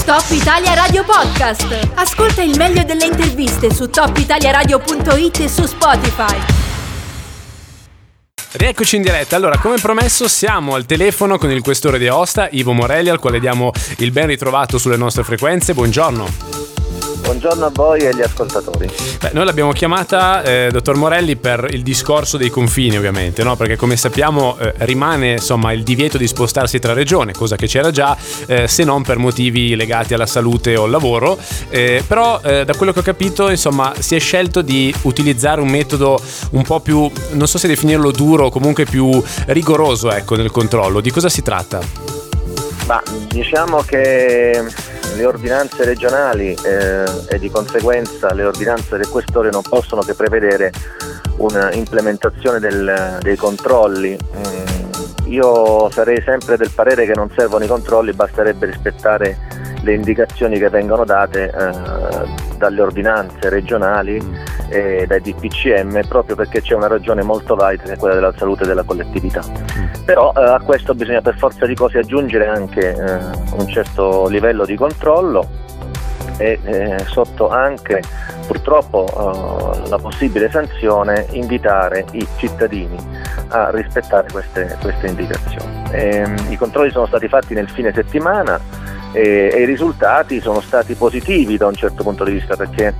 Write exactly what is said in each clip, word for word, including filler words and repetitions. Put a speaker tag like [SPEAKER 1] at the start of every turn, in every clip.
[SPEAKER 1] Top Italia Radio Podcast. Ascolta il meglio delle interviste su top italia radio punto it e su Spotify.
[SPEAKER 2] Rieccoci in diretta. Allora, come promesso, siamo al telefono con il questore di Aosta, Ivo Morelli, al quale diamo il ben ritrovato sulle nostre frequenze. Buongiorno.
[SPEAKER 3] Buongiorno a voi e agli ascoltatori.
[SPEAKER 2] Beh, noi l'abbiamo chiamata, eh, dottor Morelli, per il discorso dei confini, ovviamente, no? Perché come sappiamo eh, rimane insomma il divieto di spostarsi tra regioni, cosa che c'era già, eh, se non per motivi legati alla salute o al lavoro. Eh, però eh, da quello che ho capito, insomma, si è scelto di utilizzare un metodo un po' più, non so se definirlo duro, o comunque più rigoroso, ecco, nel controllo. Di cosa si tratta?
[SPEAKER 3] Ma diciamo che le ordinanze regionali eh, e di conseguenza le ordinanze del questore non possono che prevedere un'implementazione del, dei controlli. Mm, io sarei sempre del parere che non servono i controlli, basterebbe rispettare le indicazioni che vengono date eh, dalle ordinanze regionali e dai D P C M, proprio perché c'è una ragione molto valida che è quella della salute della collettività. Però eh, a questo bisogna per forza di cose aggiungere anche eh, un certo livello di controllo e eh, sotto anche purtroppo eh, la possibile sanzione invitare i cittadini a rispettare queste, queste indicazioni. E, I controlli sono stati fatti nel fine settimana e, e i risultati sono stati positivi da un certo punto di vista, perché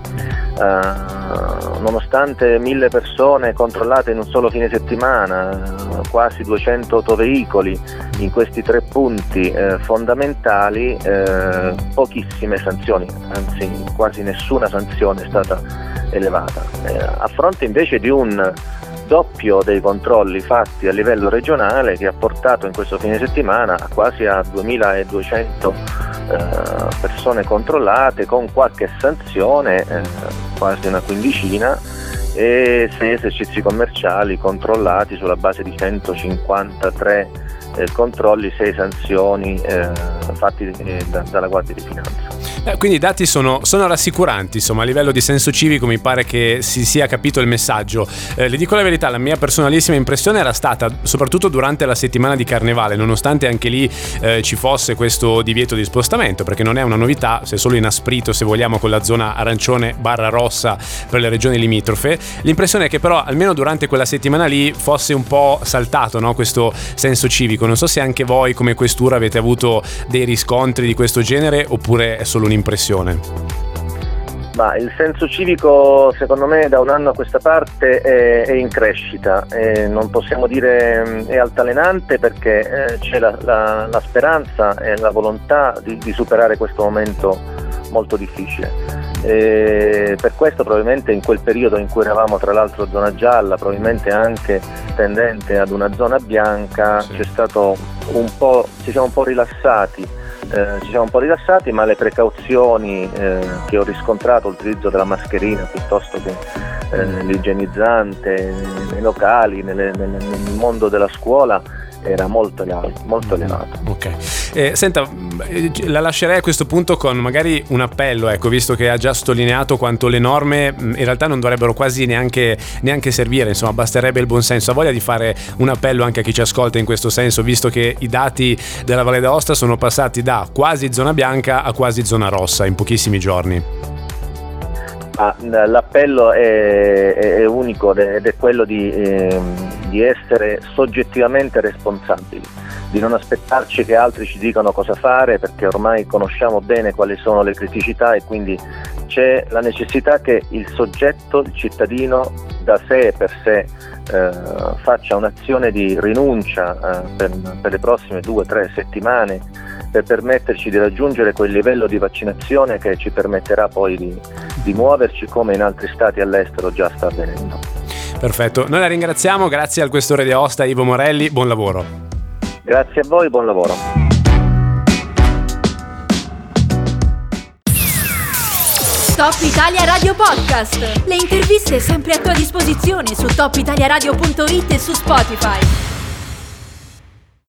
[SPEAKER 3] Uh, nonostante mille persone controllate in un solo fine settimana, uh, quasi duecento autoveicoli in questi tre punti uh, fondamentali, uh, pochissime sanzioni, anzi quasi nessuna sanzione è stata elevata, uh, a fronte invece di un doppio dei controlli fatti a livello regionale che ha portato in questo fine settimana quasi a duemiladuecento Uh, persone controllate, con qualche sanzione, eh, quasi una quindicina, e sei esercizi commerciali controllati sulla base di centocinquantatré eh, controlli, sei sanzioni eh, fatti eh, da, dalla Guardia di Finanza.
[SPEAKER 2] Eh, quindi i dati sono, sono rassicuranti, insomma, a livello di senso civico mi pare che si sia capito il messaggio. Eh, le dico la verità, la mia personalissima impressione era stata, soprattutto durante la settimana di Carnevale, nonostante anche lì eh, ci fosse questo divieto di spostamento, perché non è una novità, si è solo inasprito, se vogliamo, con la zona arancione barra rossa per le regioni limitrofe. L'impressione è che però almeno durante quella settimana lì fosse un po' saltato, no, questo senso civico. Non so se anche voi come questura avete avuto dei riscontri di questo genere oppure è solo un'impressione.
[SPEAKER 3] Ma il senso civico secondo me da un anno a questa parte è, è in crescita, e non possiamo dire è altalenante, perché eh, c'è la, la, la speranza e la volontà di, di superare questo momento molto difficile. E per questo probabilmente in quel periodo in cui eravamo tra l'altro zona gialla, probabilmente anche tendente ad una zona bianca, sì. c'è stato un po', ci siamo un po' rilassati. Eh, ci siamo un po' rilassati, ma le precauzioni eh, che ho riscontrato, l'utilizzo della mascherina piuttosto che eh, l'igienizzante nei locali, nelle, nelle, nel mondo della scuola, era molto elevato, molto elevato.
[SPEAKER 2] Ok. Eh, senta, la lascerei a questo punto con magari un appello, ecco, visto che ha già sottolineato quanto le norme in realtà non dovrebbero quasi neanche, neanche servire, insomma, basterebbe il buonsenso. Ha voglia di fare un appello anche a chi ci ascolta in questo senso, visto che i dati della Valle d'Aosta sono passati da quasi zona bianca a quasi zona rossa in pochissimi giorni?
[SPEAKER 3] Ah, l'appello è, è, è unico ed è quello di, eh, di essere soggettivamente responsabili, di non aspettarci che altri ci dicano cosa fare, perché ormai conosciamo bene quali sono le criticità, e quindi c'è la necessità che il soggetto, il cittadino, da sé e per sé eh, faccia un'azione di rinuncia eh, per, per le prossime due o tre settimane, per permetterci di raggiungere quel livello di vaccinazione che ci permetterà poi di, di muoverci come in altri stati all'estero già sta avvenendo.
[SPEAKER 2] Perfetto, noi la ringraziamo, grazie al questore di Aosta Ivo Morelli, buon lavoro.
[SPEAKER 3] Grazie a voi, buon lavoro.
[SPEAKER 1] Top Italia Radio Podcast. Le interviste sempre a tua disposizione su top italia radio punto it e su Spotify.